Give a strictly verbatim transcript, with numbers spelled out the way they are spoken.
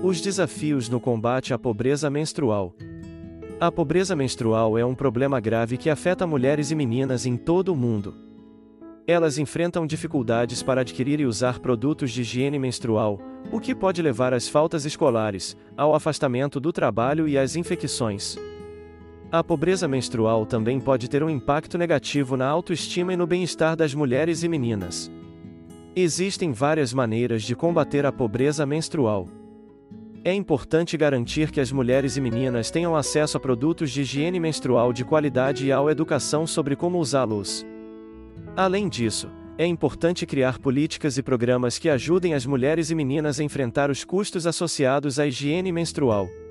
Os desafios no combate à pobreza menstrual. A pobreza menstrual é um problema grave que afeta mulheres e meninas em todo o mundo. Elas enfrentam dificuldades para adquirir e usar produtos de higiene menstrual, o que pode levar às faltas escolares, ao afastamento do trabalho e às infecções. A pobreza menstrual também pode ter um impacto negativo na autoestima e no bem-estar das mulheres e meninas. Existem várias maneiras de combater a pobreza menstrual. É importante garantir que as mulheres e meninas tenham acesso a produtos de higiene menstrual de qualidade e a educação sobre como usá-los. Além disso, é importante criar políticas e programas que ajudem as mulheres e meninas a enfrentar os custos associados à higiene menstrual.